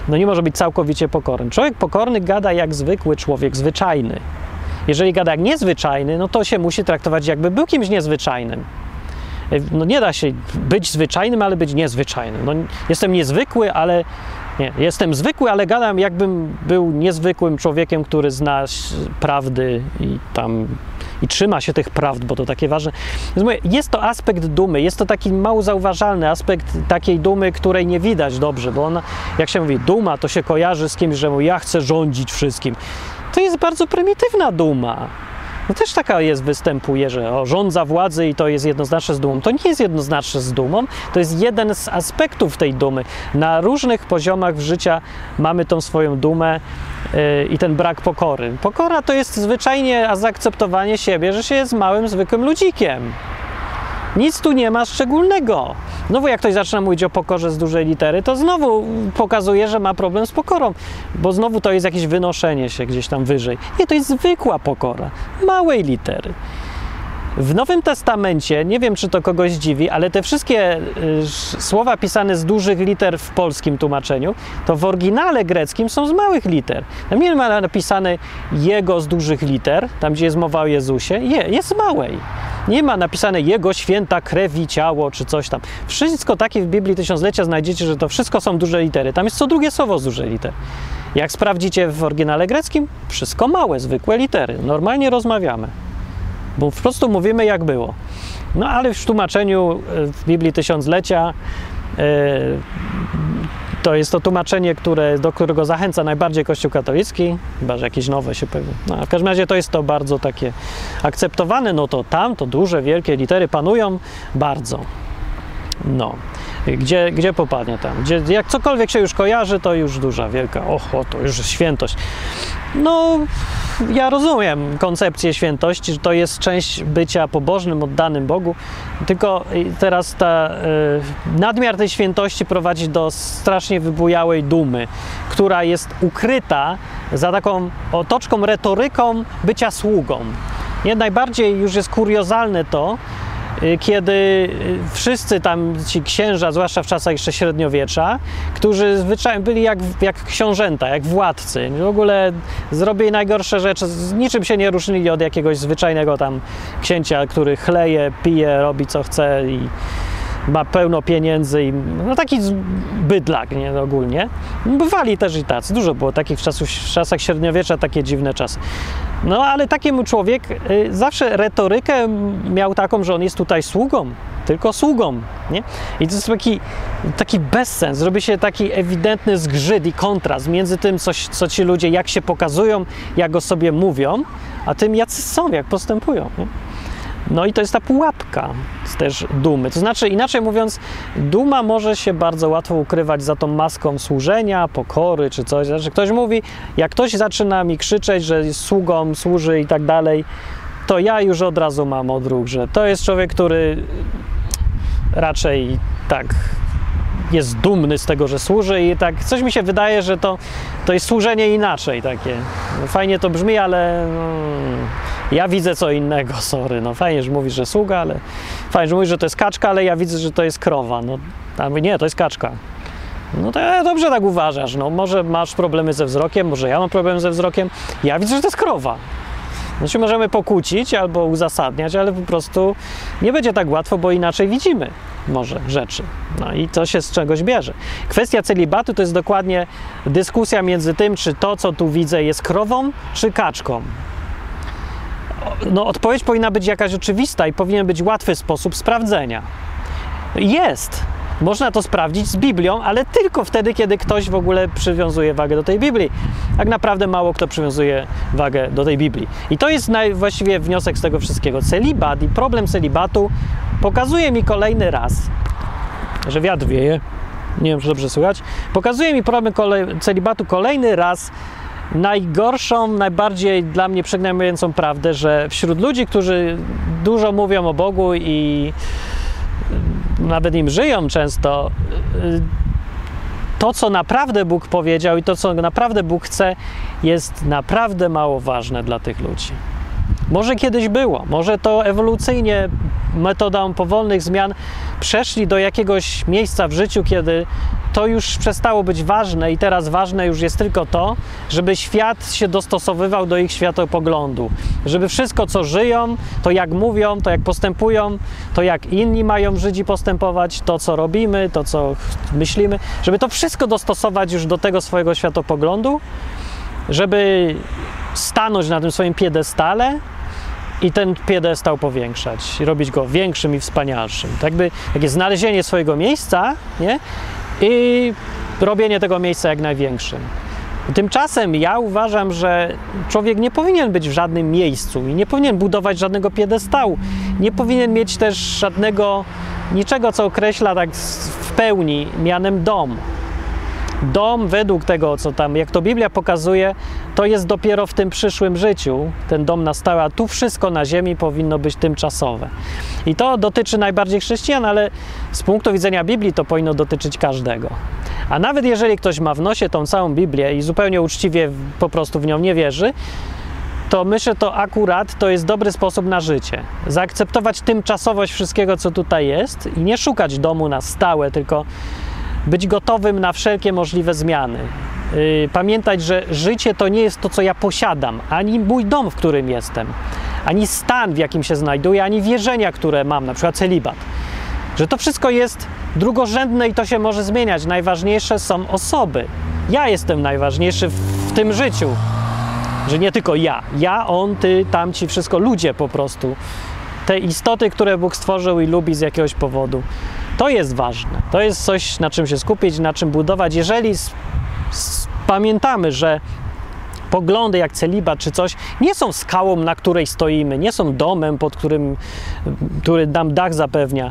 S1: No nie może być całkowicie pokorny. Człowiek pokorny gada jak zwykły człowiek, zwyczajny. Jeżeli gada jak niezwyczajny, no to się musi traktować, jakby był kimś niezwyczajnym. No nie da się być zwyczajnym, ale być niezwyczajnym. No, jestem niezwykły, ale... Nie, jestem zwykły, ale gadam, jakbym był niezwykłym człowiekiem, który zna prawdy i trzyma się tych prawd, bo to takie ważne. Jest to aspekt dumy, jest to taki mało zauważalny aspekt takiej dumy, której nie widać dobrze, bo ona, jak się mówi, duma, to się kojarzy z kimś, że ja chcę rządzić wszystkim. To jest bardzo prymitywna duma. No też taka występuje, że rządza władzy i to jest jednoznaczne z dumą. To nie jest jednoznaczne z dumą, to jest jeden z aspektów tej dumy. Na różnych poziomach życia mamy tą swoją dumę i ten brak pokory. Pokora to jest zwyczajnie zaakceptowanie siebie, że się jest małym, zwykłym ludzikiem. Nic tu nie ma szczególnego. Znowu jak ktoś zaczyna mówić o pokorze z dużej litery, to znowu pokazuje, że ma problem z pokorą, bo znowu to jest jakieś wynoszenie się gdzieś tam wyżej. Nie, to jest zwykła pokora, małej litery. W Nowym Testamencie, nie wiem, czy to kogoś dziwi, ale te wszystkie słowa pisane z dużych liter w polskim tłumaczeniu, to w oryginale greckim są z małych liter. Tam nie ma napisane Jego z dużych liter, tam gdzie jest mowa o Jezusie, jest z małej. Nie ma napisane Jego święta krew i ciało, czy coś tam. Wszystko takie w Biblii Tysiąclecia znajdziecie, że to wszystko są duże litery. Tam jest co drugie słowo z dużej litery. Jak sprawdzicie w oryginale greckim, wszystko małe, zwykłe litery. Normalnie rozmawiamy. Bo po prostu mówimy jak było. No ale w tłumaczeniu w Biblii Tysiąclecia to jest to tłumaczenie, do którego zachęca najbardziej Kościół katolicki, chyba że jakieś nowe się pojawią. No, a w każdym razie to jest to bardzo takie akceptowane, no to tam to duże, wielkie litery panują bardzo. No. Gdzie popadnie tam? Jak cokolwiek się już kojarzy, to już duża, wielka, to już jest świętość. No, ja rozumiem koncepcję świętości, że to jest część bycia pobożnym, oddanym Bogu, tylko teraz nadmiar tej świętości prowadzi do strasznie wybujałej dumy, która jest ukryta za taką otoczką, retoryką bycia sługą. Nie? Najbardziej już jest kuriozalne to, kiedy wszyscy tam ci księża, zwłaszcza w czasach jeszcze średniowiecza, którzy zwyczajnie byli jak książęta, jak władcy, w ogóle zrobili najgorsze rzeczy, z niczym się nie różnili od jakiegoś zwyczajnego tam księcia, który chleje, pije, robi co chce i ma pełno pieniędzy i no taki bydlak, nie, ogólnie. Bywali też i tacy, dużo było takich w czasach średniowiecza, takie dziwne czasy. No ale takiemu człowiek zawsze retorykę miał taką, że on jest tutaj sługą, tylko sługą, nie? I to jest taki bezsens, robi się taki ewidentny zgrzyt i kontrast między tym, co ci ludzie, jak się pokazują, jak o sobie mówią, a tym, jacy są, jak postępują, nie? No i to jest ta pułapka też dumy. To znaczy, inaczej mówiąc, duma może się bardzo łatwo ukrywać za tą maską służenia, pokory czy coś. Znaczy, ktoś mówi, jak ktoś zaczyna mi krzyczeć, że jest sługą, służy i tak dalej, to ja już od razu mam odruch, że to jest człowiek, który raczej tak jest dumny z tego, że służy i tak coś mi się wydaje, że to jest służenie inaczej takie. No, fajnie to brzmi, ale ja widzę co innego, sorry. No fajnie, że mówisz, że sługa, ale fajnie, że mówisz, że to jest kaczka, ale ja widzę, że to jest krowa. No nie, to jest kaczka. No to dobrze tak uważasz, no może masz problemy ze wzrokiem, może ja mam problem ze wzrokiem, ja widzę, że to jest krowa. Znaczy możemy pokłócić albo uzasadniać, ale po prostu nie będzie tak łatwo, bo inaczej widzimy może rzeczy. No i to się z czegoś bierze. Kwestia celibatu to jest dokładnie dyskusja między tym, czy to, co tu widzę, jest krową, czy kaczką. No odpowiedź powinna być jakaś oczywista i powinien być łatwy sposób sprawdzenia. Jest. Można to sprawdzić z Biblią, ale tylko wtedy, kiedy ktoś w ogóle przywiązuje wagę do tej Biblii. Tak naprawdę mało kto przywiązuje wagę do tej Biblii. I to jest właściwie wniosek z tego wszystkiego. Celibat i problem celibatu pokazuje mi kolejny raz, że wiatr wieje, nie wiem, czy dobrze słychać, pokazuje mi problem celibatu kolejny raz najgorszą, najbardziej dla mnie przygnębiającą prawdę, że wśród ludzi, którzy dużo mówią o Bogu i nawet im żyją często, to, co naprawdę Bóg powiedział i to, co naprawdę Bóg chce, jest naprawdę mało ważne dla tych ludzi. Może kiedyś było, może to ewolucyjnie metodą powolnych zmian przeszli do jakiegoś miejsca w życiu, kiedy to już przestało być ważne i teraz ważne już jest tylko to, żeby świat się dostosowywał do ich światopoglądu. Żeby wszystko, co żyją, to jak mówią, to jak postępują, to jak inni mają żyć i postępować, to co robimy, to co myślimy, żeby to wszystko dostosować już do tego swojego światopoglądu, żeby stanąć na tym swoim piedestale i ten piedestał powiększać, robić go większym i wspanialszym. Tak jakby takie znalezienie swojego miejsca, nie? I robienie tego miejsca jak największym. Tymczasem ja uważam, że człowiek nie powinien być w żadnym miejscu i nie powinien budować żadnego piedestału. Nie powinien mieć też żadnego, niczego, co określa tak w pełni mianem dom. Dom według tego, co tam, jak to Biblia pokazuje, to jest dopiero w tym przyszłym życiu, ten dom na stałe, a tu wszystko na ziemi powinno być tymczasowe. I to dotyczy najbardziej chrześcijan, ale z punktu widzenia Biblii to powinno dotyczyć każdego. A nawet jeżeli ktoś ma w nosie tą całą Biblię i zupełnie uczciwie po prostu w nią nie wierzy, to myślę, to akurat to jest dobry sposób na życie. Zaakceptować tymczasowość wszystkiego, co tutaj jest i nie szukać domu na stałe, tylko być gotowym na wszelkie możliwe zmiany. Pamiętać, że życie to nie jest to, co ja posiadam, ani mój dom, w którym jestem, ani stan, w jakim się znajduję, ani wierzenia, które mam, na przykład celibat. Że to wszystko jest drugorzędne i to się może zmieniać. Najważniejsze są osoby. Ja jestem najważniejszy w tym życiu. Że nie tylko ja. Ja, on, ty, tamci, wszystko. Ludzie po prostu. Te istoty, które Bóg stworzył i lubi z jakiegoś powodu. To jest ważne. To jest coś, na czym się skupić, na czym budować. Jeżeli pamiętamy, że poglądy jak celibat czy coś nie są skałą, na której stoimy, nie są domem, który nam dach zapewnia,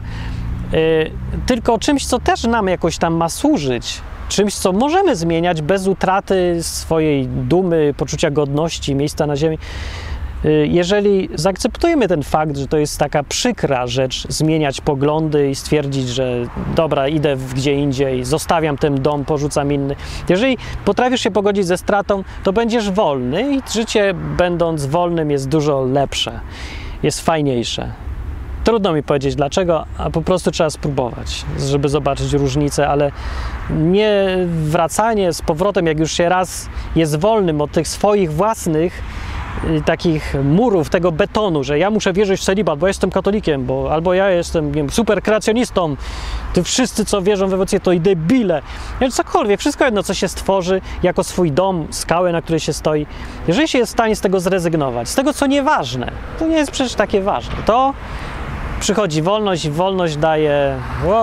S1: tylko czymś, co też nam jakoś tam ma służyć. Czymś, co możemy zmieniać bez utraty swojej dumy, poczucia godności, miejsca na ziemi. Jeżeli zaakceptujemy ten fakt, że to jest taka przykra rzecz zmieniać poglądy i stwierdzić, że dobra, idę gdzie indziej, zostawiam ten dom, porzucam inny. Jeżeli potrafisz się pogodzić ze stratą, to będziesz wolny i życie, będąc wolnym, jest dużo lepsze, jest fajniejsze. Trudno mi powiedzieć dlaczego, a po prostu trzeba spróbować, żeby zobaczyć różnicę, ale nie wracanie z powrotem, jak już się raz jest wolnym od tych swoich własnych takich murów, tego betonu, że ja muszę wierzyć w celibat, bo jestem katolikiem, albo ja jestem, nie wiem, super kreacjonistą, ty wszyscy, co wierzą w ewolucję, to i debile. Cokolwiek, wszystko jedno, co się stworzy jako swój dom, skałę, na której się stoi. Jeżeli się jest w stanie z tego zrezygnować, z tego, co nieważne, to nie jest przecież takie ważne, to przychodzi wolność i wolność daje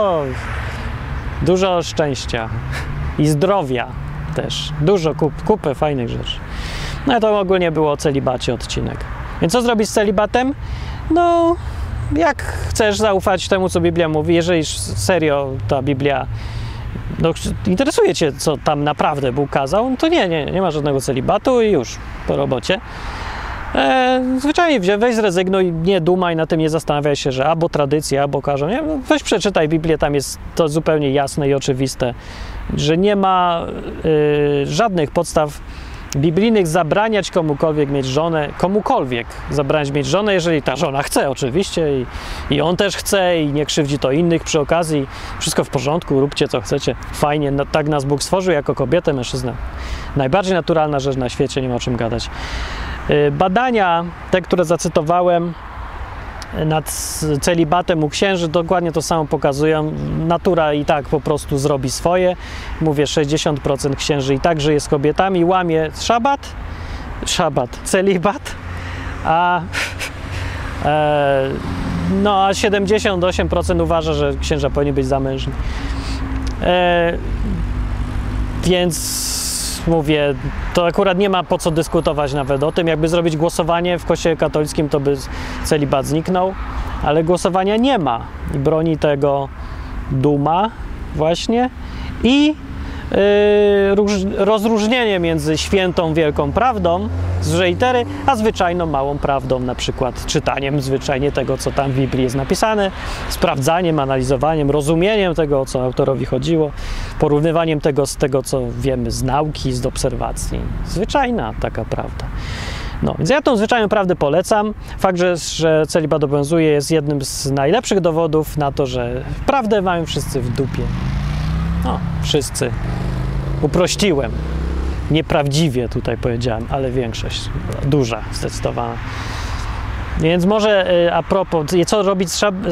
S1: dużo szczęścia i zdrowia też, dużo kupę fajnych rzeczy. No to ogólnie było o celibacie odcinek. Więc co zrobić z celibatem? No, jak chcesz zaufać temu, co Biblia mówi, jeżeli serio ta Biblia interesuje cię, co tam naprawdę Bóg kazał, to nie ma żadnego celibatu i już po robocie. Zwyczajnie weź zrezygnuj, nie dumaj na tym, nie zastanawiaj się, że albo tradycja, albo każą. Nie? Weź przeczytaj Biblię, tam jest to zupełnie jasne i oczywiste, że nie ma żadnych podstaw biblijnych zabraniać komukolwiek mieć żonę, mieć żonę, jeżeli ta żona chce oczywiście i on też chce i nie krzywdzi to innych przy okazji. Wszystko w porządku, róbcie co chcecie, fajnie, tak nas Bóg stworzył jako kobietę, mężczyznę. Najbardziej naturalna rzecz na świecie, nie ma o czym gadać. Badania, te, które zacytowałem nad celibatem u księży, dokładnie to samo pokazują. Natura i tak po prostu zrobi swoje. Mówię, 60% księży i tak żyje z kobietami, łamie celibat, a 78% uważa, że księża powinni być zamężni. Więc mówię, to akurat nie ma po co dyskutować nawet o tym. Jakby zrobić głosowanie w Kościele katolickim, to by celibat zniknął, ale głosowania nie ma i broni tego duma właśnie i rozróżnienie między świętą, wielką prawdą z litery, a zwyczajną, małą prawdą, na przykład czytaniem zwyczajnie tego, co tam w Biblii jest napisane, sprawdzaniem, analizowaniem, rozumieniem tego, o co autorowi chodziło, porównywaniem tego z tego, co wiemy z nauki, z obserwacji. Zwyczajna taka prawda. No, więc ja tą zwyczajną prawdę polecam. Fakt, że celibat obowiązuje, jest jednym z najlepszych dowodów na to, że prawdę mają wszyscy w dupie. No, wszyscy. Uprościłem. Nieprawdziwie tutaj powiedziałem, ale większość, duża, zdecydowana. Więc może a propos, co robić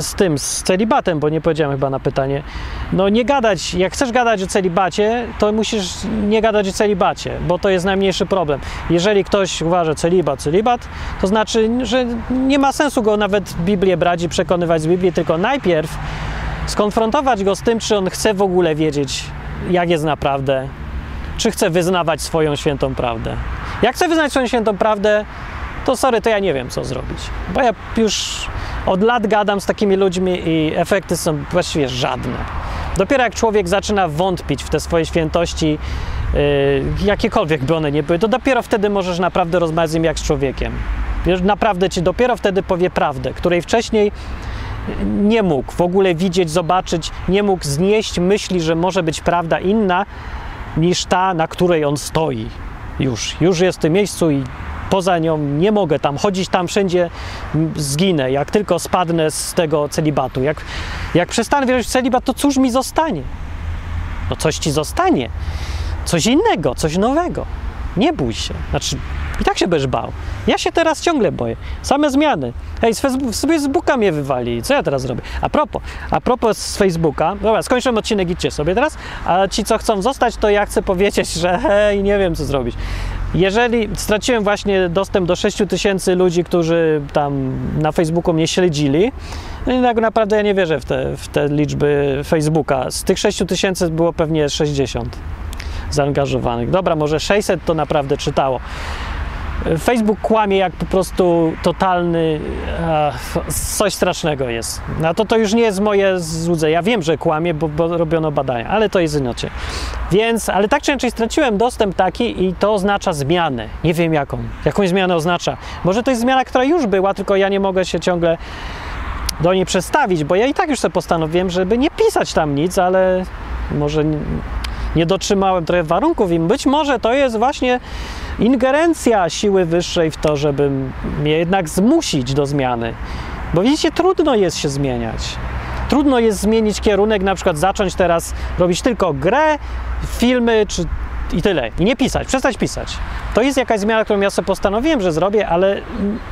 S1: z celibatem, bo nie powiedziałem chyba na pytanie. No nie gadać, jak chcesz gadać o celibacie, to musisz nie gadać o celibacie, bo to jest najmniejszy problem. Jeżeli ktoś uważa celibat, to znaczy, że nie ma sensu go nawet Biblię brać i przekonywać z Biblii, tylko najpierw skonfrontować go z tym, czy on chce w ogóle wiedzieć, jak jest naprawdę, czy chce wyznawać swoją świętą prawdę. Jak chce wyznać swoją świętą prawdę, to sorry, to ja nie wiem, co zrobić. Bo ja już od lat gadam z takimi ludźmi i efekty są właściwie żadne. Dopiero jak człowiek zaczyna wątpić w te swoje świętości, jakiekolwiek by one nie były, to dopiero wtedy możesz naprawdę rozmawiać z nim jak z człowiekiem. Naprawdę ci dopiero wtedy powie prawdę, której wcześniej nie mógł w ogóle widzieć, zobaczyć, nie mógł znieść myśli, że może być prawda inna niż ta, na której on stoi. Już jest w tym miejscu i poza nią nie mogę tam chodzić, tam wszędzie zginę, jak tylko spadnę z tego celibatu. Jak przestanę wierzyć w celibat, to cóż mi zostanie? No coś ci zostanie. Coś innego, coś nowego. Nie bój się. Znaczy, i tak się będziesz bał. Ja się teraz ciągle boję. Same zmiany. Hej, z Facebooka mnie wywali. Co ja teraz robię? A propos z Facebooka, dobra, skończymy odcinek, idźcie sobie teraz, a ci, co chcą zostać, to ja chcę powiedzieć, że hej, nie wiem, co zrobić. Jeżeli straciłem właśnie dostęp do 6000 ludzi, którzy tam na Facebooku mnie śledzili, no i tak naprawdę ja nie wierzę w te liczby Facebooka. Z tych 6000 było pewnie 60 zaangażowanych. Dobra, może 600 to naprawdę czytało. Facebook kłamie jak po prostu totalny, coś strasznego jest. No to już nie jest moje złudzenie. Ja wiem, że kłamie, bo robiono badania, ale to jest inaczej. Więc, ale tak czy inaczej straciłem dostęp taki i to oznacza zmianę. Nie wiem jaką. Jakąś zmianę oznacza. Może to jest zmiana, która już była, tylko ja nie mogę się ciągle do niej przestawić, bo ja i tak już sobie postanowiłem, żeby nie pisać tam nic, ale może nie dotrzymałem trochę warunków i być może to jest właśnie ingerencja siły wyższej w to, żeby mnie jednak zmusić do zmiany. Bo widzicie, trudno jest się zmieniać. Trudno jest zmienić kierunek, na przykład zacząć teraz robić tylko grę, filmy i tyle. I nie pisać, przestać pisać. To jest jakaś zmiana, którą ja sobie postanowiłem, że zrobię, ale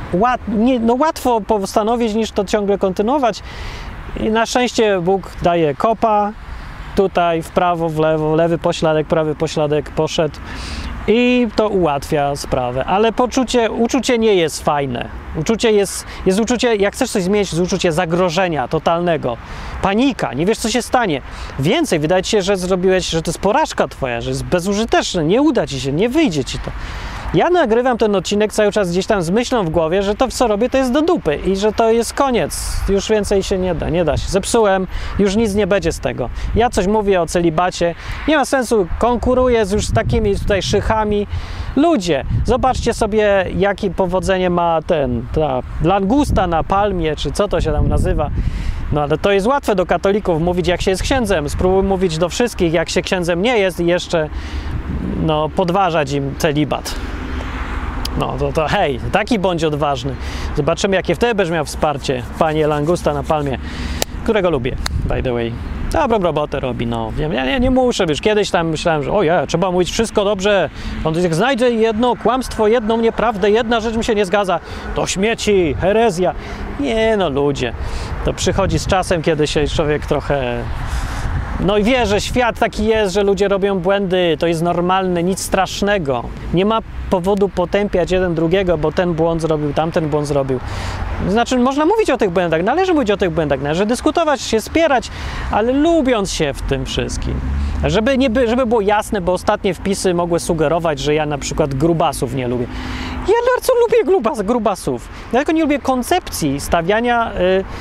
S1: łatwo postanowić niż to ciągle kontynuować. I na szczęście Bóg daje kopa, tutaj w prawo, w lewo, lewy pośladek, prawy pośladek poszedł i to ułatwia sprawę, ale uczucie nie jest fajne. Uczucie jest uczucie, jak chcesz coś zmienić, jest uczucie zagrożenia totalnego, panika, nie wiesz, co się stanie. Więcej, wydaje ci się, że zrobiłeś, że to jest porażka twoja, że jest bezużyteczne, nie uda ci się, nie wyjdzie ci to. Ja nagrywam ten odcinek cały czas gdzieś tam z myślą w głowie, że to, co robię, to jest do dupy i że to jest koniec. Już więcej się nie da się. Zepsułem, już nic nie będzie z tego. Ja coś mówię o celibacie, nie ma sensu, konkuruję już z takimi tutaj szychami. Ludzie, zobaczcie sobie, jakie powodzenie ma ta langusta na palmie, czy co to się tam nazywa. No ale to jest łatwe do katolików mówić, jak się jest księdzem. Spróbuj mówić do wszystkich, jak się księdzem nie jest i jeszcze podważać im celibat. No to hej, taki bądź odważny. Zobaczymy, jakie wtedy będziesz miał wsparcie, panie langusta na palmie, którego lubię, by the way. Dobrą robotę robi, no. Ja nie muszę, wiesz, kiedyś tam myślałem, że trzeba mówić wszystko dobrze. On jak znajdzie jedno kłamstwo, jedną nieprawdę, jedna rzecz mi się nie zgadza, to śmieci, herezja. Nie no, ludzie. To przychodzi z czasem, kiedy się człowiek trochę... No i wie, że świat taki jest, że ludzie robią błędy, to jest normalne, nic strasznego. Nie ma powodu potępiać jeden drugiego, bo ten błąd zrobił, tamten błąd zrobił. Znaczy, można mówić o tych błędach, należy mówić o tych błędach, należy dyskutować, się spierać, ale lubiąc się w tym wszystkim. Żeby było jasne, bo ostatnie wpisy mogły sugerować, że ja na przykład grubasów nie lubię. Ja bardzo lubię grubasów. Ja tylko nie lubię koncepcji stawiania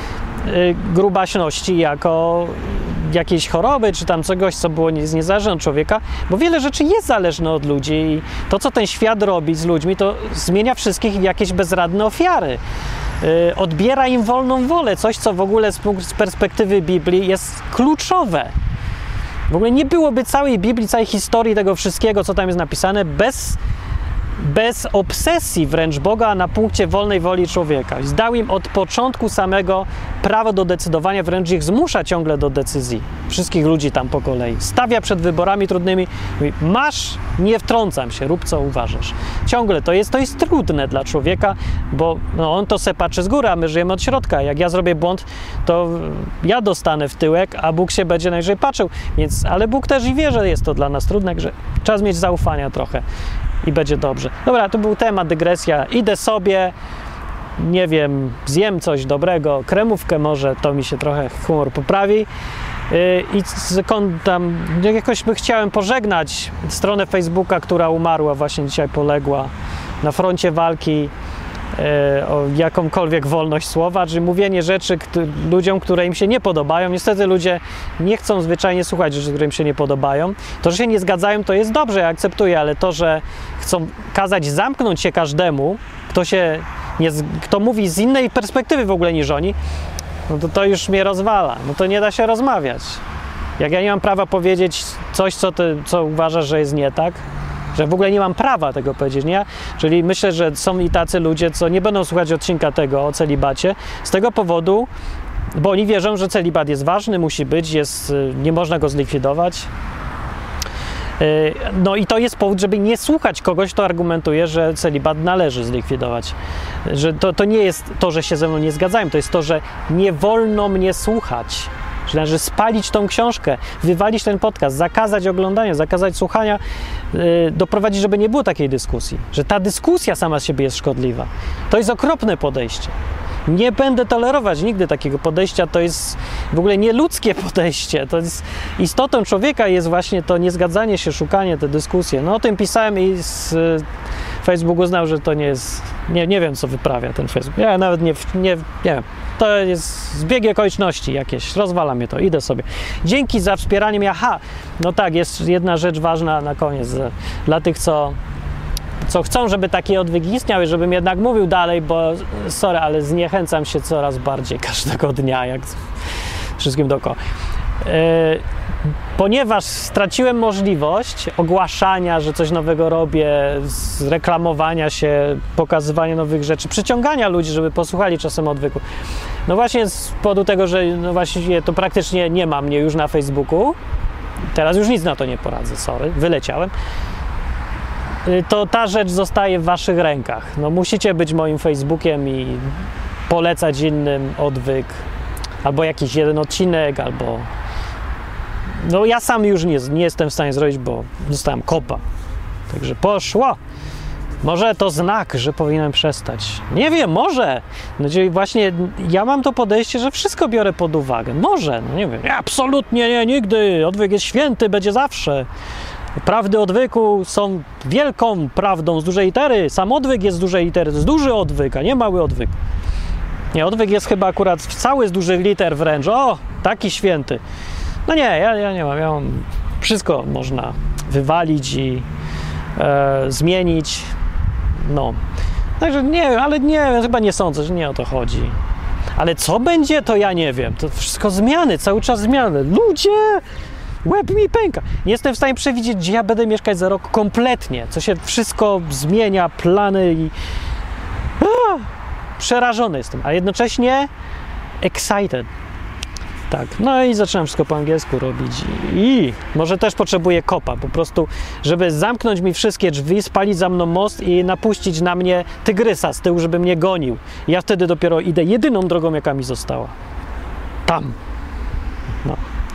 S1: grubaśności jako jakiejś choroby, czy tam czegoś, co było niezależne od człowieka, bo wiele rzeczy jest zależne od ludzi i to, co ten świat robi z ludźmi, to zmienia wszystkich w jakieś bezradne ofiary. Odbiera im wolną wolę, coś, co w ogóle z perspektywy Biblii jest kluczowe. W ogóle nie byłoby całej Biblii, całej historii tego wszystkiego, co tam jest napisane, bez bez obsesji wręcz Boga na punkcie wolnej woli człowieka. Dał im od początku samego prawo do decydowania, wręcz ich zmusza ciągle do decyzji. Wszystkich ludzi tam po kolei. Stawia przed wyborami trudnymi. Mówi, masz, nie wtrącam się, rób co uważasz. Ciągle to jest trudne dla człowieka, bo no, on to se patrzy z góry, a my żyjemy od środka. Jak ja zrobię błąd, to ja dostanę w tyłek, a Bóg się będzie najwyżej patrzył. Więc, ale Bóg też i wie, że jest to dla nas trudne, że trzeba mieć zaufania trochę i będzie dobrze. Dobra, to był temat, dygresja. Idę sobie, nie wiem, zjem coś dobrego, kremówkę może, to mi się trochę humor poprawi. I tam jakoś chciałem pożegnać stronę Facebooka, która umarła, właśnie dzisiaj poległa na froncie walki o jakąkolwiek wolność słowa, czyli mówienie rzeczy ludziom, które im się nie podobają. Niestety ludzie nie chcą zwyczajnie słuchać rzeczy, które im się nie podobają. To, że się nie zgadzają, to jest dobrze, ja akceptuję, ale to, że chcą kazać zamknąć się każdemu, kto mówi z innej perspektywy w ogóle niż oni, no to już mnie rozwala. No to nie da się rozmawiać. Jak ja nie mam prawa powiedzieć coś, co uważasz, że jest nie tak, że w ogóle nie mam prawa tego powiedzieć, nie? Czyli myślę, że są i tacy ludzie, co nie będą słuchać odcinka tego o celibacie z tego powodu, bo oni wierzą, że celibat jest ważny, musi być, nie można go zlikwidować. No i to jest powód, żeby nie słuchać kogoś, kto argumentuje, że celibat należy zlikwidować. Że to nie jest to, że się ze mną nie zgadzają, to jest to, że nie wolno mnie słuchać. Że należy spalić tą książkę, wywalić ten podcast, zakazać oglądania, zakazać słuchania, doprowadzić, żeby nie było takiej dyskusji. Że ta dyskusja sama z siebie jest szkodliwa. To jest okropne podejście. Nie będę tolerować nigdy takiego podejścia, to jest w ogóle nieludzkie podejście. To jest istotą człowieka jest właśnie to niezgadzanie się, szukanie, te dyskusje. No o tym pisałem i Facebook uznał, że to nie jest, nie wiem co wyprawia ten Facebook. Ja nawet nie wiem. To jest zbieg okoliczności jakieś, rozwala mnie to, idę sobie. Dzięki za wspieranie mnie. Aha, no tak, jest jedna rzecz ważna na koniec. Dla tych, co chcą, żeby takie odwyki istniały, żebym jednak mówił dalej, bo sorry, ale zniechęcam się coraz bardziej każdego dnia, jak wszystkim dookoła. Ponieważ straciłem możliwość ogłaszania, że coś nowego robię, reklamowania się, pokazywania nowych rzeczy, przyciągania ludzi, żeby posłuchali czasem odwyku. No właśnie z powodu tego, że no właśnie to praktycznie nie ma mnie już na Facebooku, teraz już nic na to nie poradzę, sorry, wyleciałem. To ta rzecz zostaje w waszych rękach. No musicie być moim Facebookiem i polecać innym odwyk, albo jakiś jeden odcinek, albo... No ja sam już nie jestem w stanie zrobić, bo dostałem kopa. Także poszło. Może to znak, że powinienem przestać. Nie wiem, może. No właśnie ja mam to podejście, że wszystko biorę pod uwagę. Może, no nie wiem. Absolutnie nie, nigdy. Odwyk jest święty, będzie zawsze. Prawdy odwyku są wielką prawdą z dużej litery. Sam odwyk jest z dużej litery. To jest duży odwyk, a nie mały odwyk. Nie, odwyk jest chyba akurat cały z dużych liter wręcz. O, taki święty. No nie, ja nie mam. Wszystko można wywalić i zmienić. No. Także nie wiem, ale nie wiem, chyba nie sądzę, że nie o to chodzi. Ale co będzie, to ja nie wiem. To wszystko zmiany, cały czas zmiany. Ludzie! Łeb mi pęka. Nie jestem w stanie przewidzieć, gdzie ja będę mieszkać za rok kompletnie. Co się wszystko zmienia, plany i... Przerażony jestem, a jednocześnie excited. Tak, no i zaczynam wszystko po angielsku robić i może też potrzebuję kopa, po prostu, żeby zamknąć mi wszystkie drzwi, spalić za mną most i napuścić na mnie tygrysa z tyłu, żeby mnie gonił. I ja wtedy dopiero idę jedyną drogą, jaka mi została. Tam. No.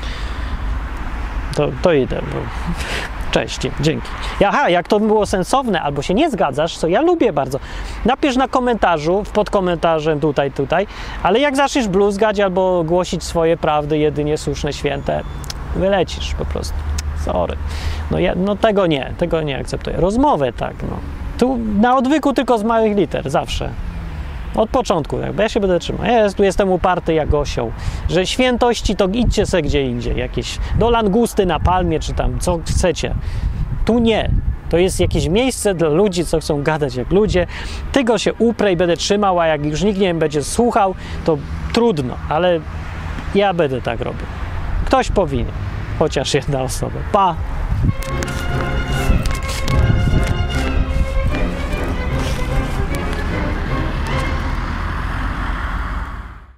S1: To idę, bo... Cześć, dzięki. Aha, jak to było sensowne, albo się nie zgadzasz, co ja lubię bardzo, napisz na komentarzu, pod komentarzem tutaj, ale jak zaczniesz bluzgać albo głosić swoje prawdy, jedynie słuszne, święte, wylecisz po prostu. Sorry. No tego nie akceptuję. Rozmowę tak, no. Tu na odwyku tylko z małych liter, zawsze. Od początku, bo ja się będę trzymał. Ja tu jestem uparty jak osioł, że świętości to idźcie se gdzie indziej, jakieś do langusty na palmie, czy tam co chcecie. Tu nie. To jest jakieś miejsce dla ludzi, co chcą gadać jak ludzie. Tego się uprę i będę trzymał, a jak już nikt nie będzie słuchał, to trudno, ale ja będę tak robił. Ktoś powinien, chociaż jedna osoba. Pa!